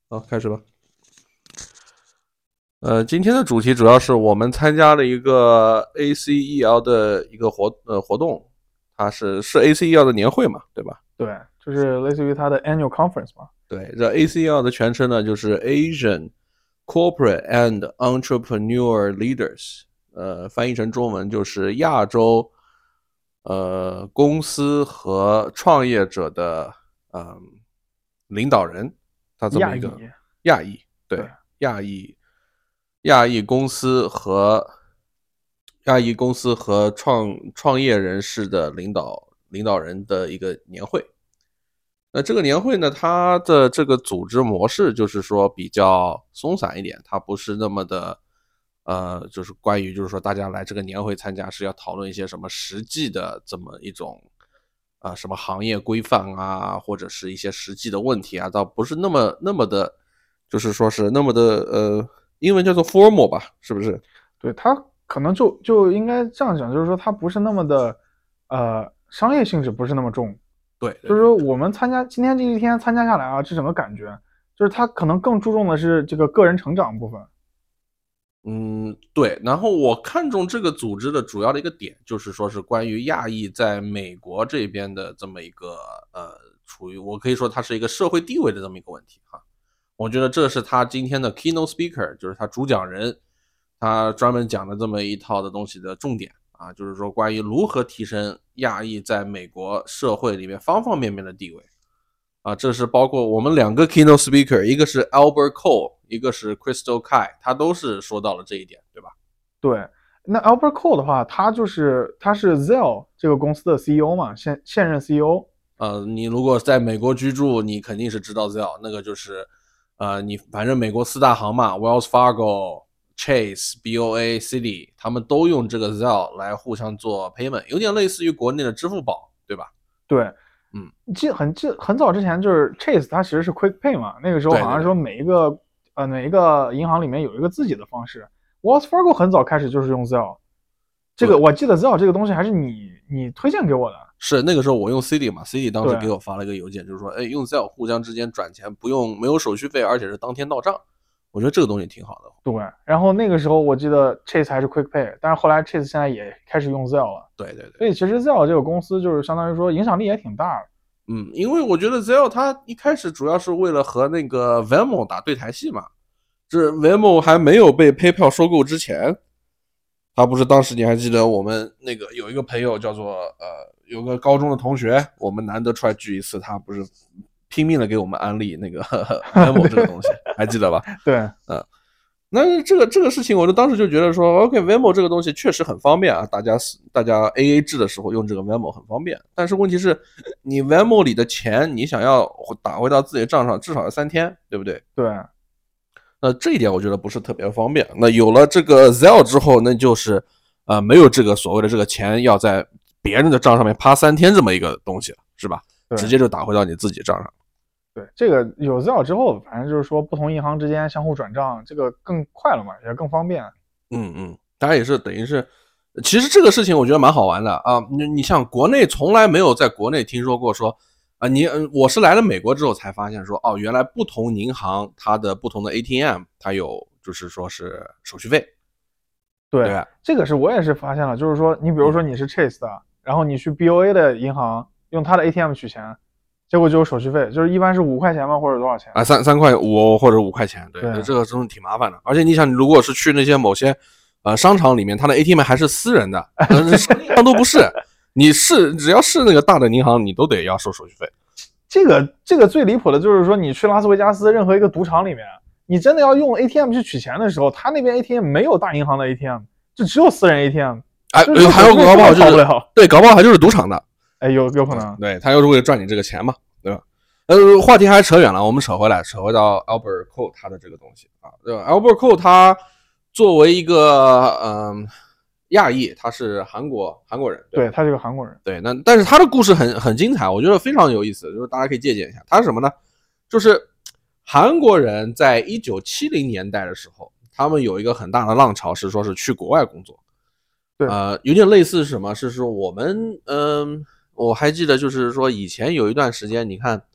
好，开始吧。今天的主题主要是我们参加了一个 ACEL 的一个活动，它是 ACEL 的年会嘛，对吧？ 对，就是类似于它的 annual conference 嘛。 对，这 ACEL 的全称呢就是 Asian Corporate and Entrepreneur Leaders，翻译成中文就是亚洲公司和创业者的领导人，他这么一个亚裔。 亚裔， 对， 对，亚裔公司和创业人士的领导人的一个年会。那这个年会呢，它的这个组织模式就是说比较松散一点，它不是那么的就是关于就是说大家来这个年会参加是要讨论一些什么实际的这么一种什么行业规范啊，或者是一些实际的问题啊，倒不是那么的，就是说是那么的英文叫做 formal 吧，是不是？ 对，它可能就应该这样讲，就是说它不是那么的商业性质不是那么重。 对对对。 就是说我们今天这一天参加下来啊，这整个感觉就是它可能更注重的是这个个人成长部分。 对，然后我看中这个组织的主要的一个点，就是说是关于亚裔在美国这边的这么一个处于我可以说它是一个社会地位的这么一个问题哈。我觉得这是他今天的 keynote speaker，就是他主讲人，他专门讲的这么一套的东西的重点啊，就是说关于如何提升亚裔在美国社会里面方方面面的地位。啊，这是包括我们两个 keynote speaker，一个是 Albert Cole，一个是 Crystal Kai，他都是说到了这一点，对吧？ 对，那 Albert Cole 的话，他是 Zelle 这个公司的 CEO 嘛，现任 CEO。 你如果在美国居住，你肯定是知道 Zelle，那个就是你反正美国四大行嘛，Wells Fargo、Chase、BOA、Citi，他们都用这个 Zelle 来互相做 payment，有点类似于国内的支付宝，对吧？ 对， 嗯， 很早之前就是 Chase，它其实是 Quick Pay 嘛，那个时候对对对。 好像说每一个银行里面有一个自己的方式。Wells Fargo 很早开始就是用 Zelle，这个对， 我记得 Zelle 这个东西还是你推荐给我的。 是那个时候我用 Citi 嘛，Citi 当时对给我发了一个邮件，就是说，哎，用 Zelle 互相之间转钱没有手续费，而且是当天到账，我觉得这个东西挺好的。 对，然后那个时候我记得 Chase 还是 Quick Pay，但是后来 Chase 现在也开始用 Zelle 了。 对对对。 所以其实 Zelle 这个公司就是相当于说影响力也挺大的。 因为我觉得 Zelle 它一开始主要是为了和那个 Venmo 打对台戏嘛，这 Venmo 还没有被 PayPal 收购之前，他不是当时你还记得我们那个有一个朋友叫做有个高中的同学，我们难得出来聚一次，他不是拼命的给我们安利那个 Venmo 这个东西，还记得吧？ 对， 那这个事情，我就当时就觉得说，OK，Venmo 这个东西确实很方便啊，大家 AA 制的时候用这个 Venmo 很方便。但是问题是，你 Venmo 里的钱，你想要打回到自己的账上，至少要3天，对不对？ 对， 那这一点我觉得不是特别方便。那有了这个 Zelle 之后，那就是没有这个所谓的这个钱要在别人的账上面趴3天这么一个东西了，是吧？ 对， 直接就打回到你自己账上。 对，这个有 Zelle 之后，反正就是说不同银行之间相互转账，这个更快了嘛，也更方便。 大家也是等于是，其实这个事情我觉得蛮好玩的啊。你像国内从来没有在国内听说过说啊，我是来了美国之后才发现说，哦，原来不同银行它的不同的 ATM 它有就是说是手续费，对对， 吧？ 这个我也是发现了，就是说你比如说你是 Chase 的，然后你去 BOA 的银行用它的 ATM 取钱，结果就有手续费，就是一般是5块钱嘛，或者多少钱？ 啊，3块5或者5块钱，对， 对， 这个真的挺麻烦的。而且你想，如果是去那些某些商场里面，它的 ATM 还是私人的，商业银行都不是，只要是那个大的银行，你都得要收手续费。 这个最离谱的就是说，你去拉斯维加斯任何一个赌场里面，你真的要用 ATM 去取钱的时候，他那边 ATM 没有大银行的 ATM，就只有私人 ATM。 哎，还有搞不好就是对，搞不好还就是赌场的。 哎，有可能。 对，他又是为了赚你这个钱嘛，对吧？话题还扯远了，我们扯回到 Albert Cole 他的这个东西啊。Albert Cole 他作为一个亚裔，他是韩国人， 对，他是个韩国人。 对，但是他的故事很精彩，我觉得非常有意思，就是大家可以借鉴一下。他是什么呢？就是韩国人在1970年代的时候，他们有一个很大的浪潮，是说是去国外工作。 对， 有点类似什么？是说我们我还记得就是说以前有一段时间，你看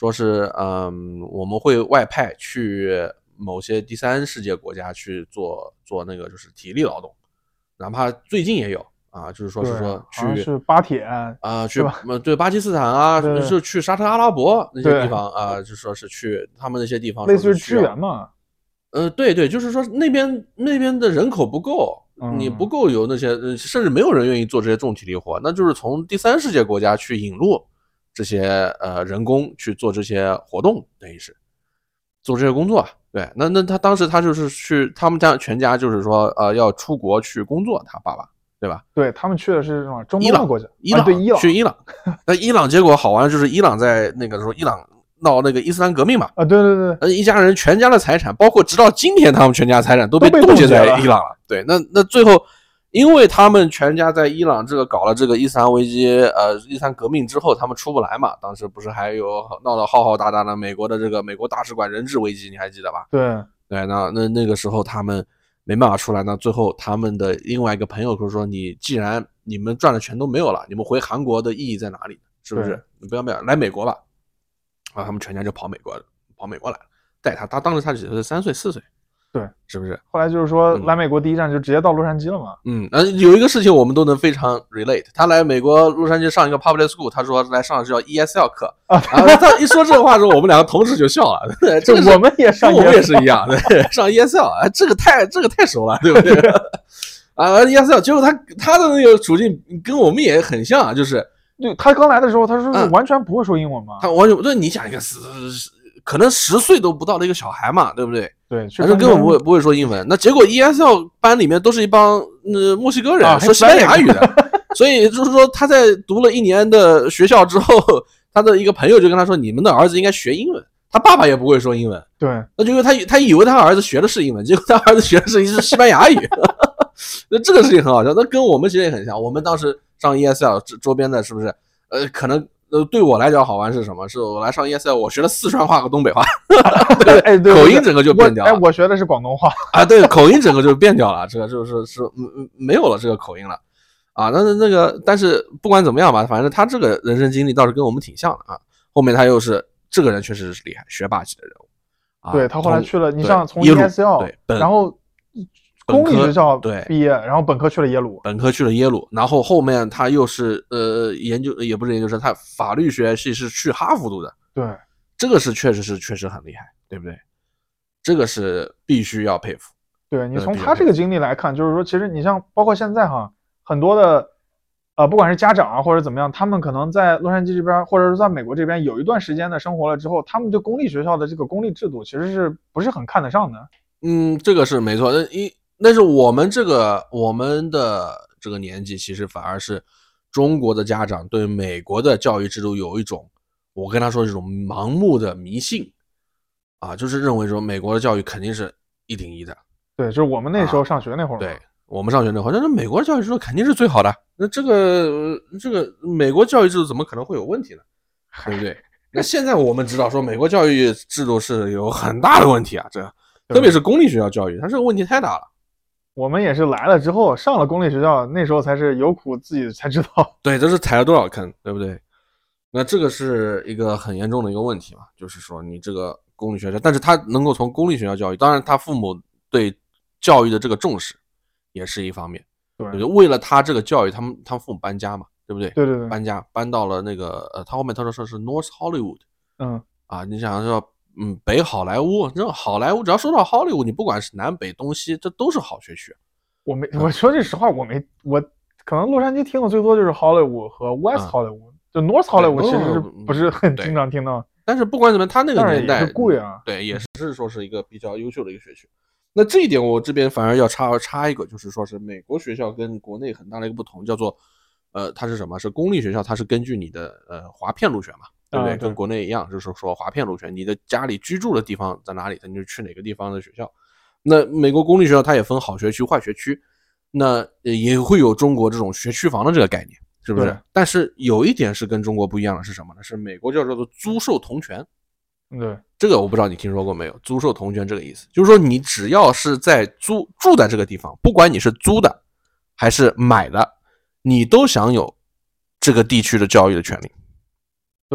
说是我们会外派去某些第三世界国家去做那个就是体力劳动，哪怕最近也有啊，就是说是说去巴铁去对巴基斯坦啊，是去沙特阿拉伯那些地方啊，就说是去他们那些地方， 类似于支援嘛。 对对，就是说那边的人口不够，你不够有那些，甚至没有人愿意做这些重体力活，那就是从第三世界国家去引入这些人工去做这些活动，等于是做这些工作啊。对，那他当时他就是去他们家全家就是说要出国去工作，他爸爸对吧？ 对，他们去的是什么中东的国家？ 伊朗， 对，伊朗去伊朗。那伊朗结果好玩就是伊朗在那个时候伊朗闹那个伊斯兰革命嘛， 对对对， 一家人全家的财产，包括直到今天他们全家财产都被冻结在伊朗了。对，那最后因为他们全家在伊朗这个搞了这个伊斯兰危机，伊斯兰革命之后他们出不来嘛，当时不是还有闹得浩浩荡荡的美国的这个美国大使馆人质危机，你还记得吧？ 对对，那个时候他们没办法出来，那最后他们的另外一个朋友说你既然你们赚的钱都没有了，你们回韩国的意义在哪里？是不是？你不要来美国吧。他们全家就跑美国来了，带他当时他只是3岁4岁， 对， 是不是？ 后来就是说来美国第一站就直接到洛杉矶了嘛。 有一个事情我们都能非常 relate， 他来美国洛杉矶上一个 public school， 他说来上的是叫 ESL 课啊，他一说这个话的时候，我们两个同时就笑了。对，这我们也上， 跟我们也是一样，对，上 ESL， 这个太熟了，对不对？ESL， 结果他的那个处境跟我们也很像，就是。 对，他刚来的时候，他说是完全不会说英文嘛。 他完全不对，你想一个可能10岁都不到的一个小孩嘛，对不对？ 对， 但是根本不会说英文。那结果 ESL 班里面都是一帮墨西哥人，说西班牙语的，所以就是说他在读了1年的学校之后，他的一个朋友就跟他说：“你们的儿子应该学英文。”他爸爸也不会说英文， 对， 那就是他以为他儿子学的是英文，结果他儿子学的是西班牙语。那这个事情很好笑，那跟我们其实也很像。我们当时上 ESL 周边的是不是？可能对我来讲好玩是什么？是我来上 ESL， 我学了四川话和东北话，对，口音整个就变掉了。 我学的是广东话啊，对，口音整个就变掉了，这个就是没有了这个口音了啊。那个，但是不管怎么样吧，反正他这个人生经历倒是跟我们挺像的啊。后面他又是这个人确实是厉害，学霸级的人物啊。 对，他后来去了，你像从 ESL， 然后。公立学校毕业，然后本科去了耶鲁， 然后后面他又是研究，也不是研究生，他法律学系是去哈佛读的。 对， 这个是确实很厉害，对不对？这个是必须要佩服。 对，你从他这个经历来看，就是说，其实你像包括现在很多的不管是家长啊或者怎么样，他们可能在洛杉矶这边或者是在美国这边有一段时间的生活了之后，他们对公立学校的这个公立制度其实是不是很看得上的？ 这个是没错。但是我们的这个年纪，其实反而是中国的家长对美国的教育制度有一种，我跟他说这种盲目的迷信啊，就是认为说美国的教育肯定是1:1的。 对，就是我们那时候上学那会儿。 对，我们上学那会儿，那美国的教育制度肯定是最好的。那这个美国教育制度怎么可能会有问题呢？对不对？那现在我们知道说美国教育制度是有很大的问题啊，特别是公立学校教育，它这个问题太大了。 我们也是来了之后上了公立学校，那时候才是有苦自己才知道。 对，这是踩了多少坑，对不对？那这个是一个很严重的一个问题嘛，就是说你这个公立学校，但是他能够从公立学校教育，当然他父母对教育的这个重视也是一方面。对，为了他这个教育，他们父母搬家嘛，对不对？ 对对对， 搬家搬到了那个他后面他说是 North Hollywood。你想说。北好莱坞，这好莱坞只要说到好莱坞，你不管是南北东西，这都是好学区。 我说句实话，我可能洛杉矶听的最多就是好莱坞和 West 好莱坞，就 North 好莱坞其实不是很经常听到。 但是不管怎么样，他那个年代也是贵啊， 对，也是说是一个比较优秀的一个学区。那这一点我这边反而要插一个，就是说是美国学校跟国内很大的一个不同，叫做它是什么？是公立学校，它是根据你的划片入学嘛。对不对？跟国内一样，就是说划片入学，你的家里居住的地方在哪里，你就去哪个地方的学校。那美国公立学校它也分好学区、坏学区，那也会有中国这种学区房的这个概念，是不是？但是有一点是跟中国不一样的是什么呢？是美国叫做租售同权。 对， 这个我不知道你听说过没有？租售同权这个意思，就是说你只要是在住在这个地方，不管你是租的还是买的，你都享有这个地区的教育的权利。 对，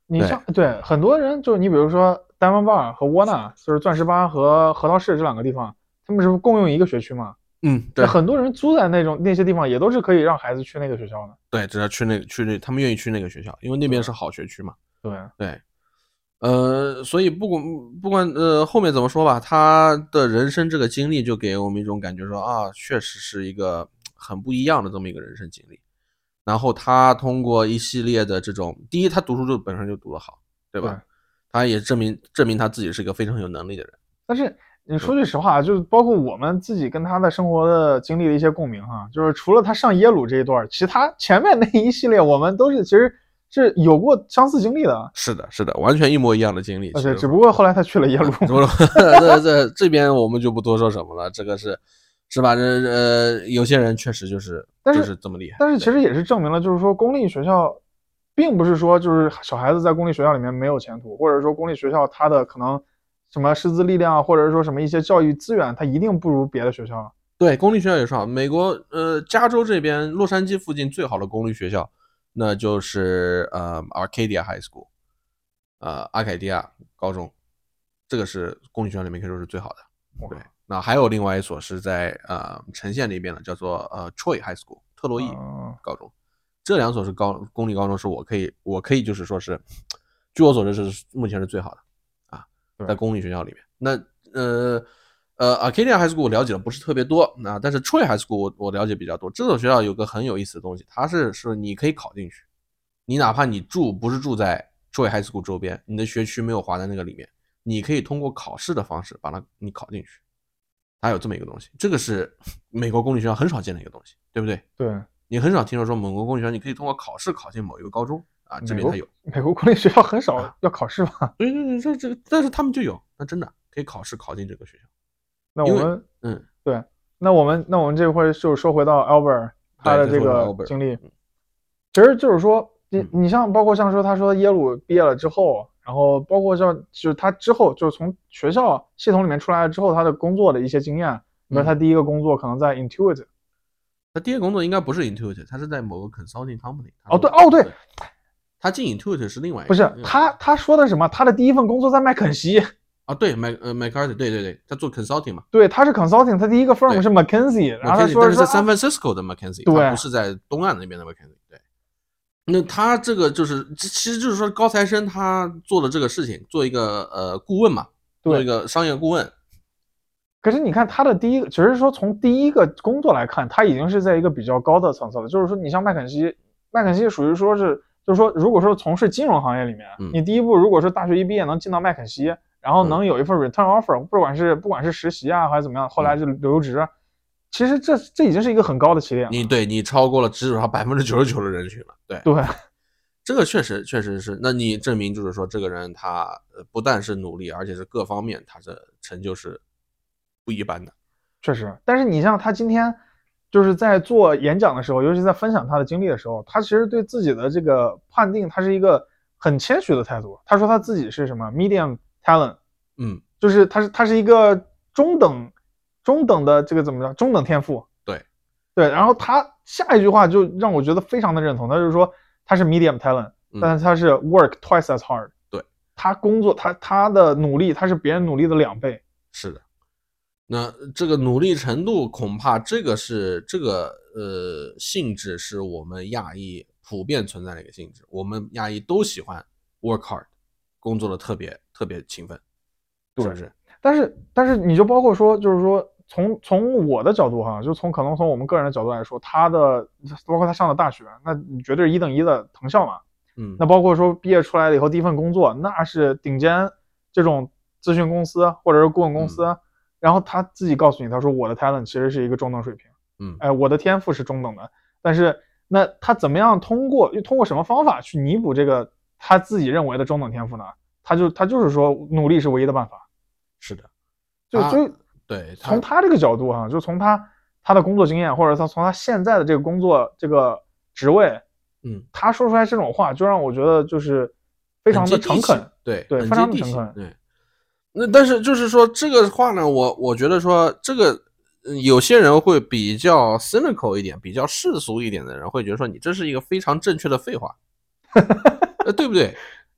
你像对很多人，就你比如说 Diamond Bar 和沃纳，就是钻石吧和核桃市这两个地方，他们是共用一个学区嘛？ 对， 那很多人租在那些地方，也都是可以让孩子去那个学校的。 对，只要去他们愿意去那个学校，因为那边是好学区嘛。 对， 所以不管后面怎么说吧，他的人生这个经历就给我们一种感觉说啊，确实是一个很不一样的这么一个人生经历。然后他通过一系列的这种，第一，他读书就本身就读得好，对吧？他也证明他自己是一个非常有能力的人。 但是你说句实话，就是包括我们自己跟他的生活的经历的一些共鸣哈，就是除了他上耶鲁这一段，其他前面那一系列我们都是其实是有过相似经历的。 是的，完全一模一样的经历。 对，只不过后来他去了耶鲁。 这边我们就不多说什么了，这个是吧？有些人确实就是这么厉害。 但是其实也是证明了，就是说公立学校，并不是说就是小孩子在公立学校里面没有前途，或者说公立学校它的可能什么师资力量，或者说什么一些教育资源，它一定不如别的学校。 对，公立学校也是好。美国加州这边洛杉矶附近最好的公立学校，那就是Arcadia High School， 阿凯迪亚高中，这个是公立学校里面可以说是最好的。对，那还有另外一所是在城县那边的，叫做Troy High School， 特洛伊高中。这两所是公立高中，是我可以就是说是，据我所知是目前是最好的啊，在公立学校里面。那Arcadia High School 我了解的不是特别多，但是 Troy High School 我了解比较多。这所学校有个很有意思的东西，它是你可以考进去，你哪怕你不是住在 Troy High School 周边，你的学区没有划在那个里面，你可以通过考试的方式你考进去。它有这么一个东西，这个是美国公立学校很少见的一个东西，对不对？ 对， 你很少听说美国公立学校你可以通过考试考进某一个高中啊，这边它有。 美国公立学校很少要考试吧？ 对，这个，但是他们就有，那真的可以考试考进这个学校。 那我们对，那我们这回就说回到 Albert 他的这个经历，其实就是说你像包括像说他说耶鲁毕业了之后，然后包括像就是他之后就是从学校系统里面出来了之后，他的工作的一些经验，比如他第一个工作可能在 Intuit， 他第一个工作应该不是 Intuit， 他是在某个 consulting company。 对， 他进 Intuit 是另外一个。 不是他说的什么？他的第一份工作在麦肯锡。 对，McCarthy， 对，他做 consulting 嘛。 对，他是 consulting， 他第一个 firm 是 McKinsey， 然后他说是在 San Francisco 的 McKinsey， 对， 他不是在东岸那边的 McKinsey。对，那他这个其实就是说高材生他做的这个事情，做一个顾问嘛，做一个商业顾问。 可是你看他的第一个，只是说从第一个工作来看，他已经是在一个比较高的层次了。就是说，你像麦肯锡属于说是，就是说，如果说从事金融行业里面，你第一步如果说大学一毕业能进到麦肯锡，然后能有一份 return offer， 不管是实习啊还是怎么样，后来就留职，其实这已经是一个很高的起点了。 你超过了至少99%的人群了。对，这个确实是。那你证明就是说，这个人他不但是努力，而且是各方面他的成就是不一般的。 确实，但是你像他今天就是在做演讲的时候，尤其在分享他的经历的时候，他其实对自己的这个判定，他是一个很谦虚的态度。他说他自己是什么 medium talent， 就是他是一个中等的这个怎么着，中等天赋。对，然后他下一句话就让我觉得非常的认同，他就是说他是 medium talent， 但是他是 work twice as hard。 对， 他工作他的努力，他是别人努力的2倍。 是的。那这个努力程度，恐怕这个性质是我们亚裔普遍存在的一个性质。我们亚裔都喜欢 work hard， 工作的特别勤奋，是不是？ 但是你就包括说，就是说从我的角度哈，就可能从我们个人的角度来说，包括他上的大学，那你绝对是1等1的藤校嘛。那包括说毕业出来了以后第一份工作，那是顶尖这种咨询公司或者是顾问公司。然后他自己告诉你，他说我的 talent 其实是一个中等水平，我的天赋是中等的，但是那他怎么样通过什么方法去弥补这个他自己认为的中等天赋呢？他就是说努力是唯一的办法。 是的， 对，从他这个角度哈，就从他的工作经验，或者从他现在的这个工作这个职位，他说出来这种话，就让我觉得就是非常的诚恳， 对， 非常的诚恳， 对。那但是就是说这个话呢，我觉得说这个有些人会比较 cynical 一点，比较世俗一点的人会觉得说你这是一个非常正确的废话，对不对？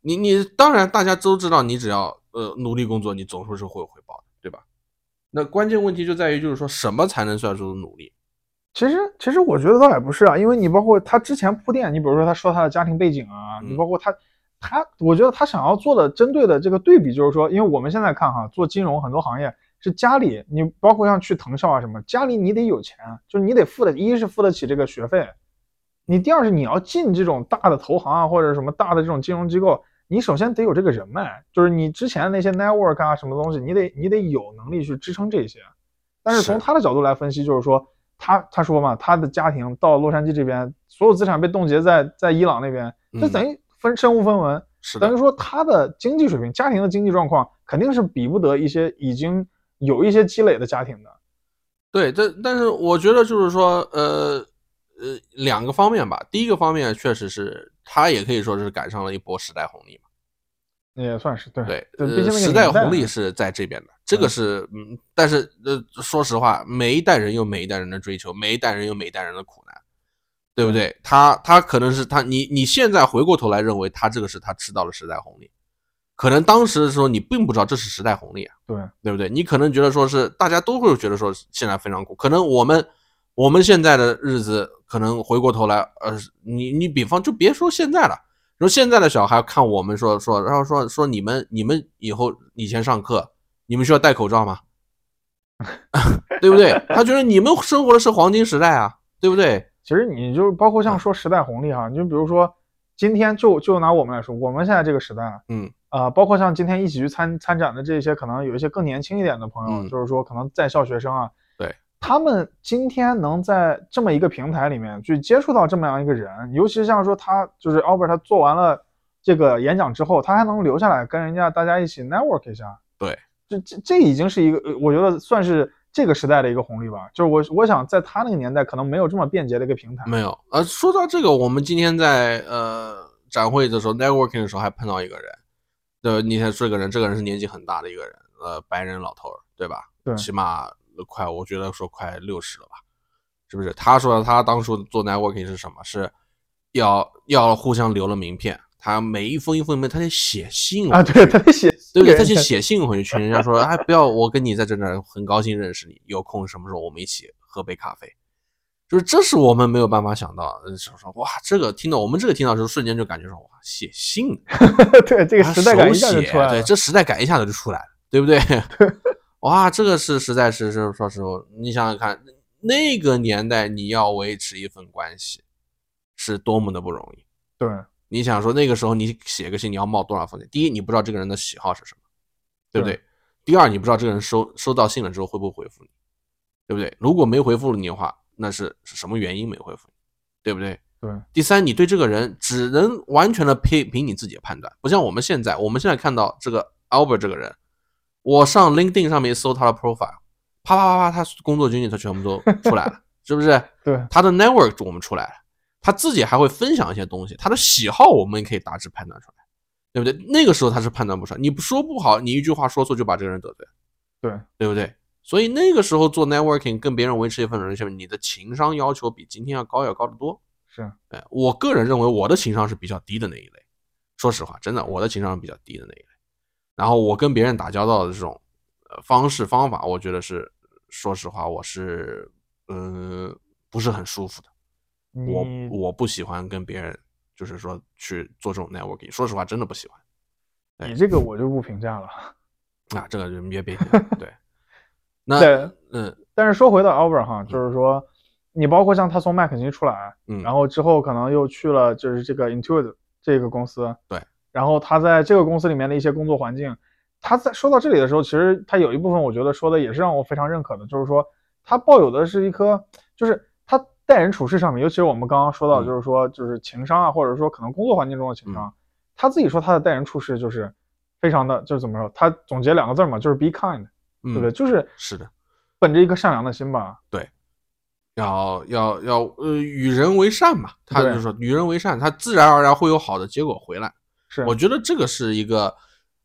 你当然大家都知道，你只要努力工作，你总是会有回报的，对吧？那关键问题就在于就是说什么才能算出努力？ 其实我觉得倒也不是啊，因为你包括他之前铺垫，你比如说他说他的家庭背景啊，你包括我觉得他想要做的针对的这个对比就是说，因为我们现在看哈，做金融很多行业是家里，你包括像去藤校啊什么，家里你得有钱，就是你得一是付得起这个学费，你第二是你要进这种大的投行啊或者什么大的这种金融机构，你首先得有这个人脉，就是你之前那些 network 啊什么东西，你得有能力去支撑这些。但是从他的角度来分析，就是说他说嘛，他的家庭到洛杉矶这边，所有资产被冻结在伊朗那边，这等于身无分文，等于说他的经济水平、家庭的经济状况肯定是比不得一些已经有一些积累的家庭的。 对，但是我觉得就是说，两个方面吧。第一个方面确实是他也可以说是赶上了一波时代红利嘛。 也算是对， 毕竟时代红利是在这边的，这个是但是说实话，每一代人有每一代人的追求，每一代人有每一代人的苦难，对不对？他可能是你现在回过头来认为他这个是他吃到了时代红利，可能当时的时候你并不知道这是时代红利啊，对不对？你可能觉得说是大家都会觉得说现在非常苦，可能我们现在的日子可能回过头来，你比方就别说现在了。说现在的小孩看我们然后说你们以前上课，你们需要戴口罩吗？对不对？他觉得你们生活的是黄金时代啊，对不对？ 其实你就包括像说时代红利哈，你就比如说今天就拿我们来说，我们现在这个时代，包括像今天一起去参展的这些，可能有一些更年轻一点的朋友，就是说可能在校学生啊， 对。 他们今天能在这么一个平台里面去接触到这么样一个人，尤其像说他就是 Albert 他做完了这个演讲之后，他还能留下来跟人家大家一起 network 一下。 对， 这已经是一个我觉得算是这个时代的一个红利吧。就是我想在他那个年代可能没有这么便捷的一个平台。 没有。说到这个，我们今天在展会的时候 networking 的时候还碰到一个人，你看这个人是年纪很大的一个人，白人老头，对吧？ 对， 起码我觉得说快60了吧，是不是？他说他当初做 networking 是什么？是要互相留了名片，他每一封名片他得写信啊，对，他得写， 对不对？他去写信回去，劝人家说，不要，我跟你在这很高兴认识你，有空什么时候我们一起喝杯咖啡。就是这是我们没有办法想到，说哇，这个我们听到的时候，瞬间就感觉说哇，写信， 对，这个时代感一下就出来了， 对，这时代感一下子就出来了，对不对？哇，这个实在是说实话，你想想看，那个年代你要维持一份关系是多么的不容易。 对， 你想说那个时候你写个信你要冒多少风险？第一，你不知道这个人的喜好是什么，对不对？第二，你不知道这个人收到信了之后会不会回复你，对不对？如果没回复你的话，那是什么原因没回复你，对不对？ 对。 第三，你对这个人只能完全的凭你自己的判断，不像我们现在看到这个 Albert 这个人，我上 LinkedIn 上面搜他的 profile， 啪啪啪，他工作经历他全部都出来了，是不是？ 对， 他的 network 我们出来了，他自己还会分享一些东西，他的喜好我们也可以大致判断出来，对不对？那个时候他是判断不出来，你说不好，你一句话说错就把这个人得罪，对不对？所以那个时候做 networking 跟别人维持一份人线，你的情商要求比今天要高得多。 是， 我个人认为我的情商是比较低的那一类，说实话，真的，我的情商是比较低的那一类。然后我跟别人打交道的这种方法，我觉得是，说实话，我是不是很舒服的。我不喜欢跟别人就是说去做这种 networking， 说实话，真的不喜欢。 你这个我就不评价了。 这个人别评价，对。那但是说回到 Albert 哈，就是说你包括像他从麦肯锡出来，然后之后可能又去了就是这个 Intuit 这个公司， 对， 然后他在这个公司里面的一些工作环境，他在说到这里的时候，其实他有一部分我觉得说的也是让我非常认可的，就是说他抱有的是一颗，就是他待人处事上面，尤其是我们刚刚说到，就是说就是情商啊，或者说可能工作环境中的情商，他自己说他的待人处事就是非常的，就是怎么说，他总结2个字嘛，就是 be kind。对不对？ 是的， 本着一个善良的心吧。 对，要与人为善嘛。他就说与人为善，他自然而然会有好的结果回来。 是， 我觉得这个是一个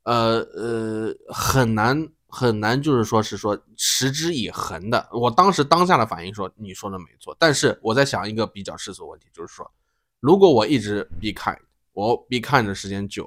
很难，就是说持之以恒的。我当下的反应说你说的没错，但是我在想一个比较世俗的问题，就是说如果我一直 be kind， 我 be kind 的时间久了，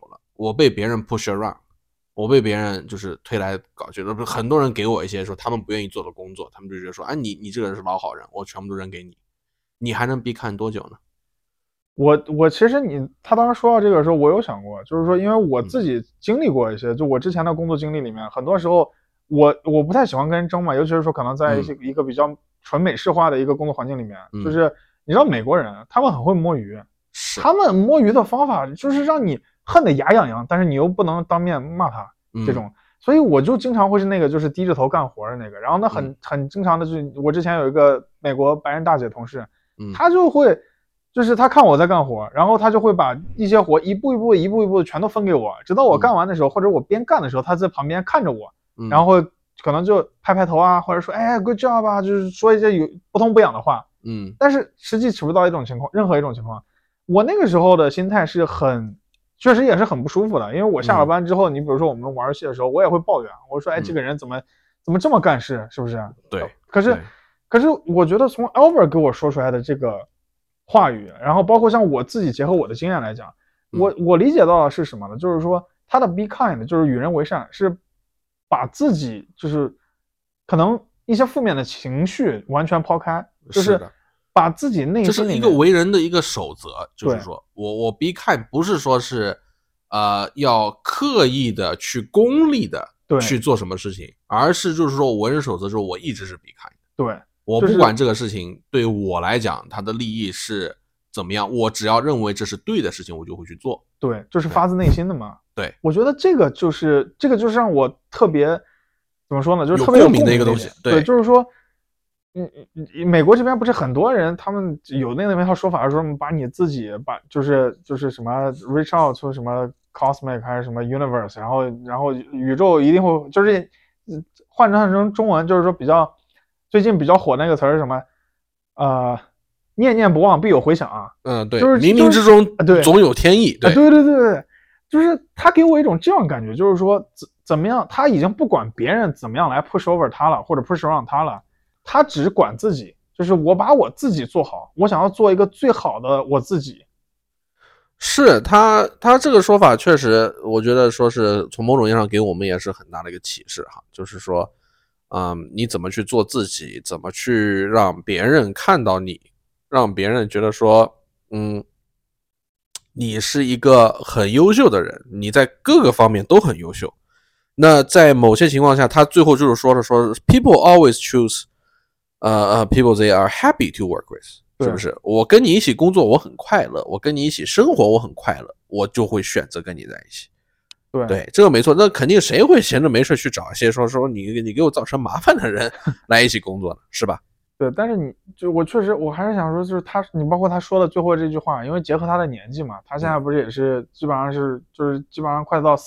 我被别人 push around， 我被别人就是推来搞去，很多人给我一些说他们不愿意做的工作，他们就觉得说，你这个人是老好人，我全部都扔给你，你还能 be kind 多久呢？ 我其实他当时说到这个时候，我有想过，就是说，因为我自己经历过一些，就我之前的工作经历里面，很多时候我不太喜欢跟人争嘛，尤其是说可能在一个比较纯美式化的一个工作环境里面，就是你知道美国人他们很会摸鱼，他们摸鱼的方法就是让你恨得牙痒痒，但是你又不能当面骂他这种，所以我就经常会是那个就是低着头干活的那个，然后呢很经常的就是我之前有一个美国白人大姐同事，他就会。就是他看我在干活，然后他就会把一些活一步一步的全都分给我，直到我干完的时候，或者我边干的时候，他在旁边看着我，然后会可能就拍拍头啊，或者说哎 good job 啊，就是说一些有不痛不痒的话，但是实际起不到任何一种情况。我那个时候的心态是确实也是很不舒服的，因为我下了班之后，你比如说我们玩游戏的时候，我也会抱怨，我说哎这个人怎么这么干事，是不是？ 对。 可是我觉得从 Albert 给我说出来的这个话语，然后包括像我自己结合我的经验来讲，我理解到的是什么呢？就是说他的 be kind 就是与人为善，是把自己就是可能一些负面的情绪完全抛开，就是把自己内心里面， 这是一个为人的一个守则，就是说我 be kind 不是说是要刻意的去功利的去做什么事情，而是就是说我为人守则就是我一直是 be kind。 对。 我不管这个事情对我来讲它的利益是怎么样，我只要认为这是对的事情我就会去做。 对，就是发自内心的嘛。 对， 我觉得这个就是让我特别怎么说呢，就是特别有共鸣的一个东西。 对，就是说美国这边不是很多人他们有那么一套说法，说把你自己就是什么 reach out to 什么 cosmic 还是什么 universe， 然后宇宙一定会就是换成中文就是说最近比较火那个词是什么？念念不忘必有回响啊。 对， 就是冥冥之中总有天意。对， 就是他给我一种这样感觉，就是说怎么样，他已经不管别人怎么样来 push over 他了，或者 push around 他了，他只管自己，就是我把我自己做好，我想要做一个最好的我自己。 是他这个说法确实，我觉得说是从某种意义上给我们也是很大的一个启示哈，就是说。你怎么去做自己，怎么去让别人看到你，让别人觉得说你是一个很优秀的人，你在各个方面都很优秀。那在某些情况下，他最后就是说 people always choose people they are happy to work with， 是不是？我跟你一起工作我很快乐，我跟你一起生活我很快乐，我就会选择跟你在一起。对，这个没错，那肯定谁会闲着没事去找一些说你给我造成麻烦的人来一起工作呢，是吧？ 对，但是我确实我还是想说，就是你包括他说的最后这句话，因为结合他的年纪嘛，他现在不是也是基本上快到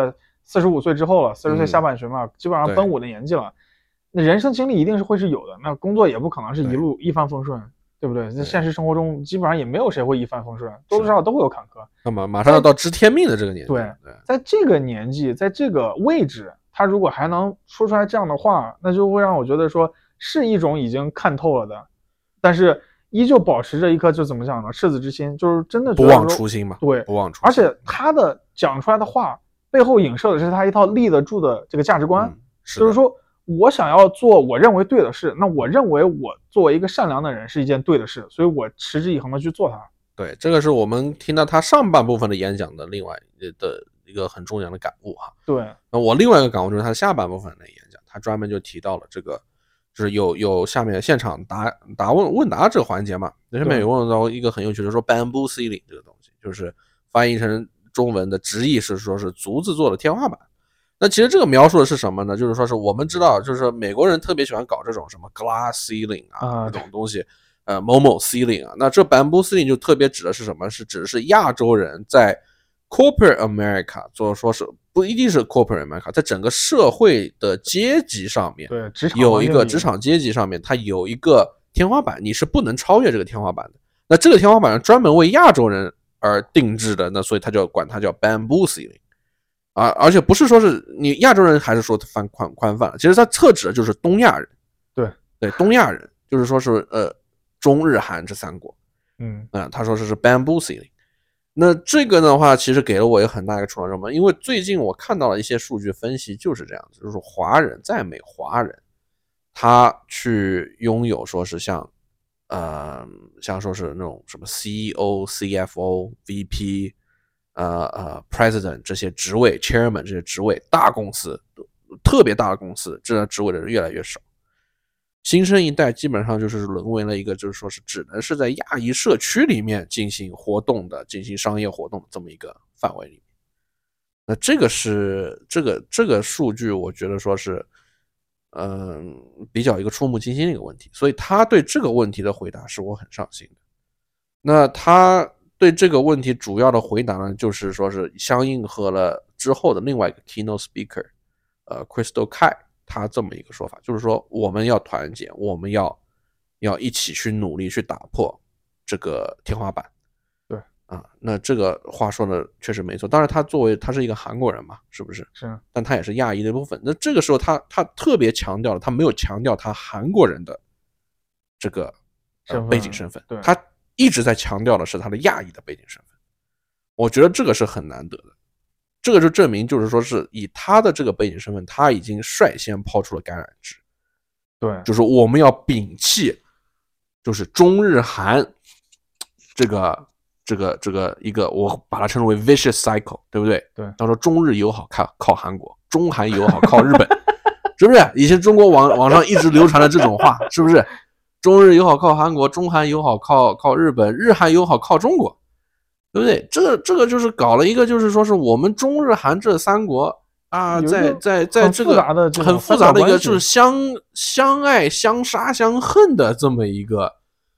45岁之后了，40岁下半旬嘛，基本上奔5的年纪了，那人生经历一定是会是有的，那工作也不可能是一路一帆风顺。对不对？在现实生活中，基本上也没有谁会一帆风顺，多多少少都会有坎坷。 那么马上要到知天命的这个年纪， 对，在这个年纪，在这个位置，他如果还能说出来这样的话，那就会让我觉得说是一种已经看透了的，但是依旧保持着一颗就怎么讲呢？赤子之心，就是真的觉得不忘初心嘛。 对， 不忘初心。 而且他的讲出来的话背后影射的是他一套立得住的这个价值观，就是说。我想要做我认为对的事，那我认为我作为一个善良的人是一件对的事，所以我持之以恒的去做它。 对，这个是我们听到他上半部分的演讲的另外的一个很重要的感悟哈。 对， 那我另外一个感悟就是他下半部分的演讲，他专门就提到了这个，就是有下面现场问答这个环节嘛，那下面有问到一个很有趣的说 bamboo ceiling 这个东西，就是翻译成中文的直译是说是竹子做的天花板。那其实这个描述的是什么呢？就是说是我们知道，就是美国人特别喜欢搞这种什么 glass ceiling 啊这种东西，某某 ceiling 啊。那这 bamboo ceiling 就特别指的是什么？是指的是亚洲人在 corporate America， 就是说是不一定是 corporate America， 在整个社会的阶级上面， 对， 有一个职场阶级上面，它有一个天花板，你是不能超越这个天花板的。那这个天花板专门为亚洲人而定制的，那所以他就管它叫 bamboo ceiling。而且不是说是你亚洲人还是说宽泛了，其实它特指的就是东亚人。对，东亚人就是说是中日韩这3国。他说是 bamboo ceiling。 那这个的话，其实给了我一个很大一个触动，什么？因为最近我看到了一些数据分析，就是这样子，就是华人在美华人，他去拥有说是像说是那种什么 CEO、CFO、VP、President 这些职位 ，Chairman 这些职位，大公司特别大的公司，这职位的人越来越少。新生一代基本上就是沦为了一个，就是说是只能是在亚裔社区里面进行活动的、进行商业活动的这么一个范围里面。那这个是这个数据，我觉得说是，比较一个触目惊心的一个问题。所以他对这个问题的回答是我很上心的。那他对这个问题主要的回答呢，就是说是相应和了之后的另外一个 keynote speaker， Crystal Kai。他这么一个说法，就是说我们要团结，我们要一起去努力去打破这个天花板。 对啊，那这个话说的确实没错。当然，他是一个韩国人嘛，是不是？ 是， 但他也是亚裔的一部分。那这个时候他特别强调了，他没有强调他韩国人的这个背景身份，他一直在强调的是他的亚裔的背景身份。我觉得这个是很难得的。这个就证明，就是说是以他的这个背景身份，他已经率先抛出了橄榄枝。 对， 就是我们要摒弃，就是中日韩这个一个，我把它称之为 vicious cycle， 对不对？ 对， 他说中日友好靠韩国，中韩友好靠日本，是不是？以前中国网上一直流传的这种话，是不是？中日友好靠韩国，中韩友好靠日本，日韩友好靠中国。对不对？这个就是搞了一个，就是说是我们中日韩这三国啊，在这个很复杂的一个就是相爱相杀相恨的这么一个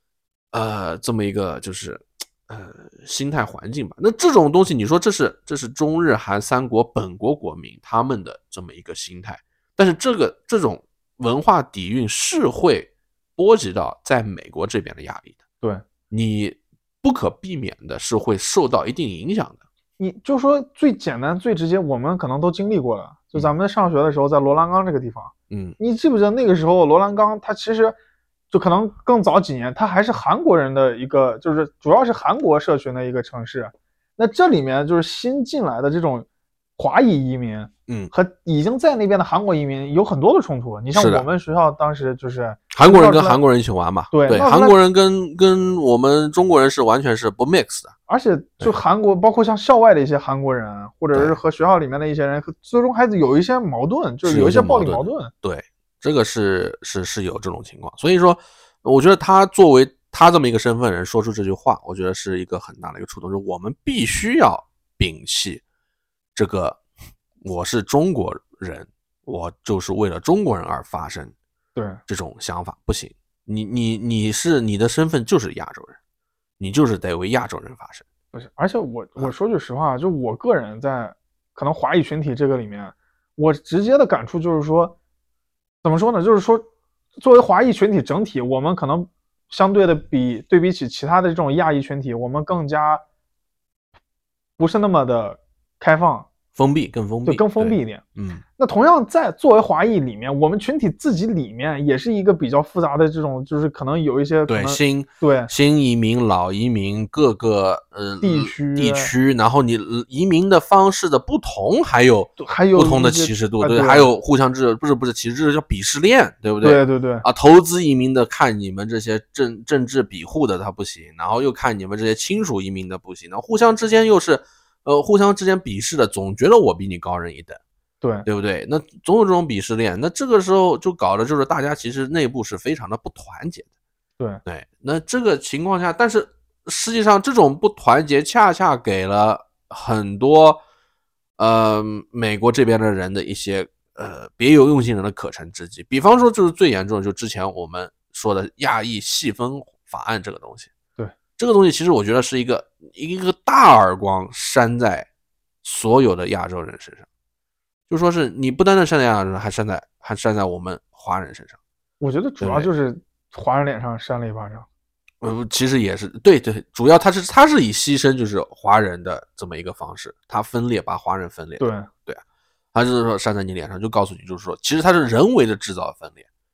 就是心态环境吧。那这种东西，你说这是中日韩三国本国国民他们的这么一个心态，但是这种文化底蕴是会波及到在美国这边的亚裔的。 对， 你不可避免的是会受到一定影响的。 你就说最简单最直接，我们可能都经历过了。就咱们上学的时候，在罗兰冈这个地方，你记不记得那个时候罗兰冈他其实就可能更早几年，他还是韩国人的一个，就是主要是韩国社群的一个城市。那这里面就是新进来的这种华裔移民，和已经在那边的韩国移民有很多的冲突。你像我们学校当时就是韩国人跟韩国人一起玩嘛， 对， 韩国人跟我们中国人是完全是不 mix 的。 而且就韩国，包括像校外的一些韩国人，或者是和学校里面的一些人，最终还有一些矛盾，就是有一些暴力矛盾。 对，这个是有这种情况。所以说，我觉得他作为他这么一个身份人说出这句话，我觉得是一个很大的一个触动，就是我们必须要摒弃这个我是中国人，我就是为了中国人而发声， 对这种想法不行。你的身份就是亚洲人，你就是得为亚洲人发声。 不是，而且我说句实话，就我个人在可能华裔群体这个里面，我直接的感触就是说，怎么说呢？就是说，作为华裔群体整体，我们可能相对的对比起其他的这种亚裔群体，我们更加不是那么的开放。 更封闭， 对，更封闭一点。那同样在作为华裔里面，我们群体自己里面也是一个比较复杂的这种，就是可能有一些新移民、老移民各个地区，然后你移民的方式的不同，还有不同的歧视度，对，还有互相不是歧视，叫鄙视链，对不对？ 对啊，投资移民的看你们这些政治庇护的他不行，然后又看你们这些亲属移民的不行，然后互相之间又是。互相之间鄙视的，总觉得我比你高人一等，对不对？那总有这种鄙视链，那这个时候就搞的就是大家其实内部是非常的不团结的， 对。那这个情况下，但是实际上这种不团结恰恰给了很多美国这边的人的一些别有用心人的可乘之机，比方说就是最严重的，就之前我们说的亚裔细分法案这个东西。这个东西其实我觉得是一个大耳光扇在所有的亚洲人身上，就说是你不单单扇在亚洲人，还扇在我们华人身上。 我觉得主要就是华人脸上扇了一巴掌。 其实也是对，主要他是以牺牲就是华人的这么一个方式，他把华人分裂。 对， 他就是说扇在你脸上，就告诉你就是说，其实他是人为的制造分裂。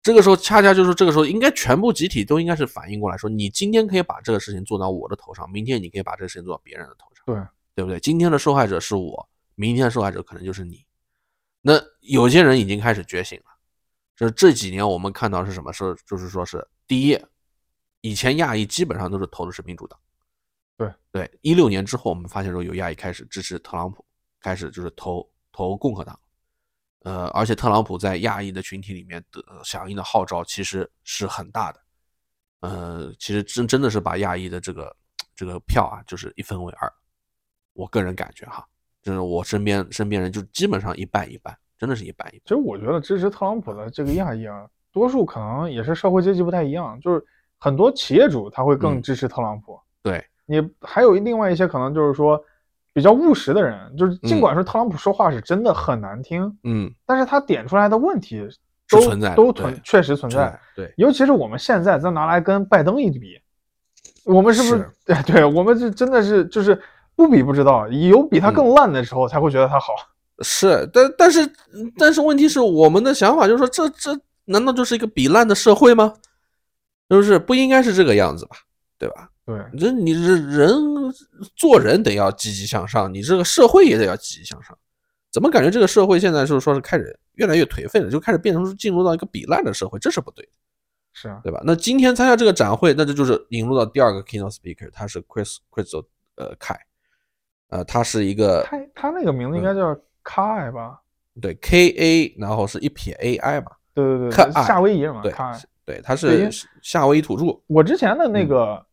这个时候恰恰就是这个时候应该全部集体都应该是反应过来说，你今天可以把这个事情做到我的头上，明天你可以把这个事情做到别人的头上， 对， 对不对？今天的受害者是我，明天的受害者可能就是你。那有些人已经开始觉醒了，这几年我们看到是什么？就是说是第一，以前亚裔基本上都是投的是民主党，对，16年之后我们发现说有亚裔开始支持特朗普，开始就是投共和党，而且特朗普在亚裔的群体里面的响应的号召其实是很大的，其实真的是把亚裔的这个票啊，就是一分为二，我个人感觉哈，就是我身边人就基本上一半一半，真的是一半一半。 其实我觉得支持特朗普的这个亚裔啊，多数可能也是社会阶级不太一样，就是很多企业主他会更支持特朗普， 对， 你还有另外一些可能就是说比较务实的人，就是尽管说特朗普说话是真的很难听，但是他点出来的问题都确实存在， 对， 尤其是我们现在再拿来跟拜登一比，我们是不是对，我们是真的是就是不比不知道，有比他更烂的时候才会觉得他好。 是，但是问题是我们的想法就是说，这难道就是一个比烂的社会吗？就是不应该是这个样子吧，对吧？ 对， 你人做人得要积极向上，你这个社会也得要积极向上。怎么感觉这个社会现在就是说是开始越来越颓废了，就开始变成进入到一个比烂的社会，这是不对的， 是啊， 对吧？那今天参加这个展会，那这就是引入到第二个 keynote speaker， 他是 Crystal Kai，他是一个他那个名字应该叫 Kai 吧？ 对 KA， 然后是一撇 AI 嘛， 对，夏威夷人嘛， 对，他是夏威夷土著。 我之前的那个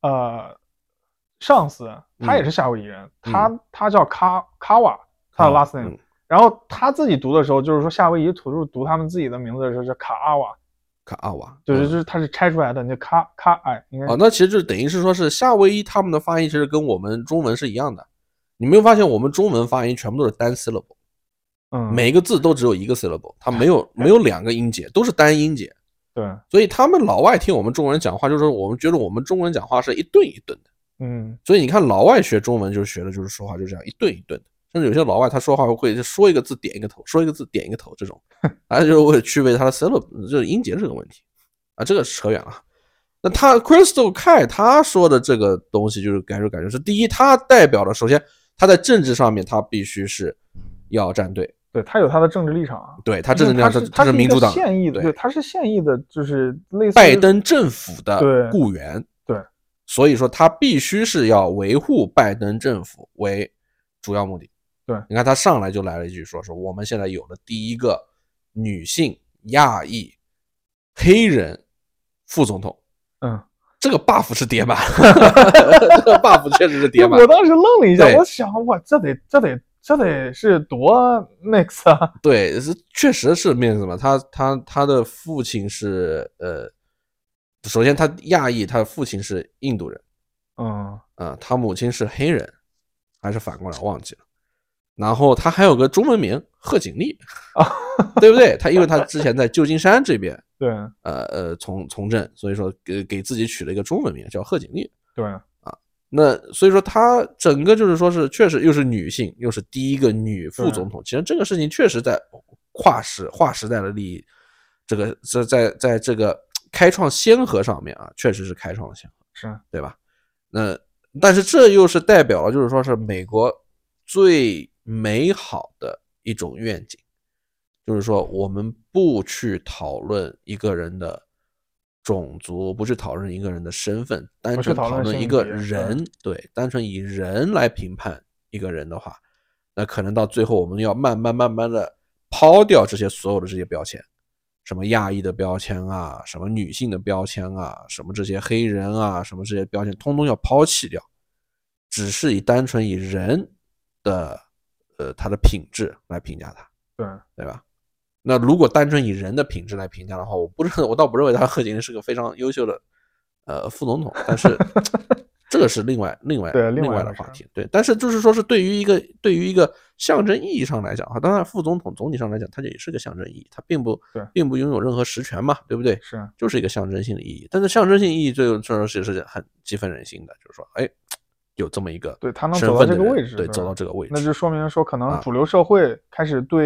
上司，他也是夏威夷人，他叫卡瓦，他的 last name，然后他自己读的时候，就是说夏威夷土著读他们自己的名字的时候叫卡阿瓦，就是他是拆出来的，那卡应该那其实就等于是说是夏威夷他们的发音其实跟我们中文是一样的。你没有发现我们中文发音全部都是单 syllable，每个字都只有一个 syllable， 它没有两个音节，都是单音节。 对， 所以他们老外听我们中国人讲话，就是我们觉得我们中国人讲话是一顿一顿的。所以你看老外学中文就是学的就是说话就这样一顿一顿的，甚至有些老外他说话会说一个字点一个头，说一个字点一个头这种，就是为了区别他的 syllable， 就是音节这个问题啊，这个扯远了。那他 Crystal Kai 他说的这个东西就是感觉是第一，他代表了首先他在政治上面他必须是要站队， 对，他有他的政治立场， 对，他政治立场他是民主党现役的，对，他是现役的，就是类似拜登政府的雇员， 对， 所以说他必须是要维护拜登政府为主要目的。 对， 你看他上来就来了一句说我们现在有了第一个女性亚裔黑人副总统。这个 buff 是叠满，这个 buff 确实是叠满。 我当时愣了一下，我想哇，这得是多 mix 啊！ 对，确实是 mix 嘛。他的父亲是首先他亚裔，他父亲是印度人，他母亲是黑人，还是反过来忘记了。然后他还有个中文名贺锦丽，对不对？因为他之前在旧金山这边， 对， 从政，所以说给自己取了一个中文名叫贺锦丽， 对啊，那所以说他整个就是说是确实又是女性，又是第一个女副总统，其实这个事情确实在划时代的利益，这个在这个开创先河上面啊，确实是开创了先河， 是对吧？那但是这又是代表了就是说是美国最美好的一种愿景，就是说我们不去讨论一个人的种族，不去讨论一个人的身份，单纯讨论一个人，对，单纯以人来评判一个人的话，那可能到最后我们要慢慢的抛掉这些所有的这些标签，什么亚裔的标签啊，什么女性的标签啊，什么这些黑人啊，什么这些标签通通要抛弃掉，只是单纯以人的他的品质来评价他，对吧？那如果单纯以人的品质来评价的话，我倒不认为他贺锦丽是个非常优秀的副总统，但是这个是另外的话题，对。但是就是说是对于一个象征意义上来讲当然副总统总体上来讲，它也是个象征意义，它并不拥有任何实权嘛，对不对？ 是， 就是一个象征性的意义。但是象征性意义最后是很激愤人心的，就是说，有这么一个对他能走到这个位置， 对，走到这个位置， 那就说明说可能主流社会开始对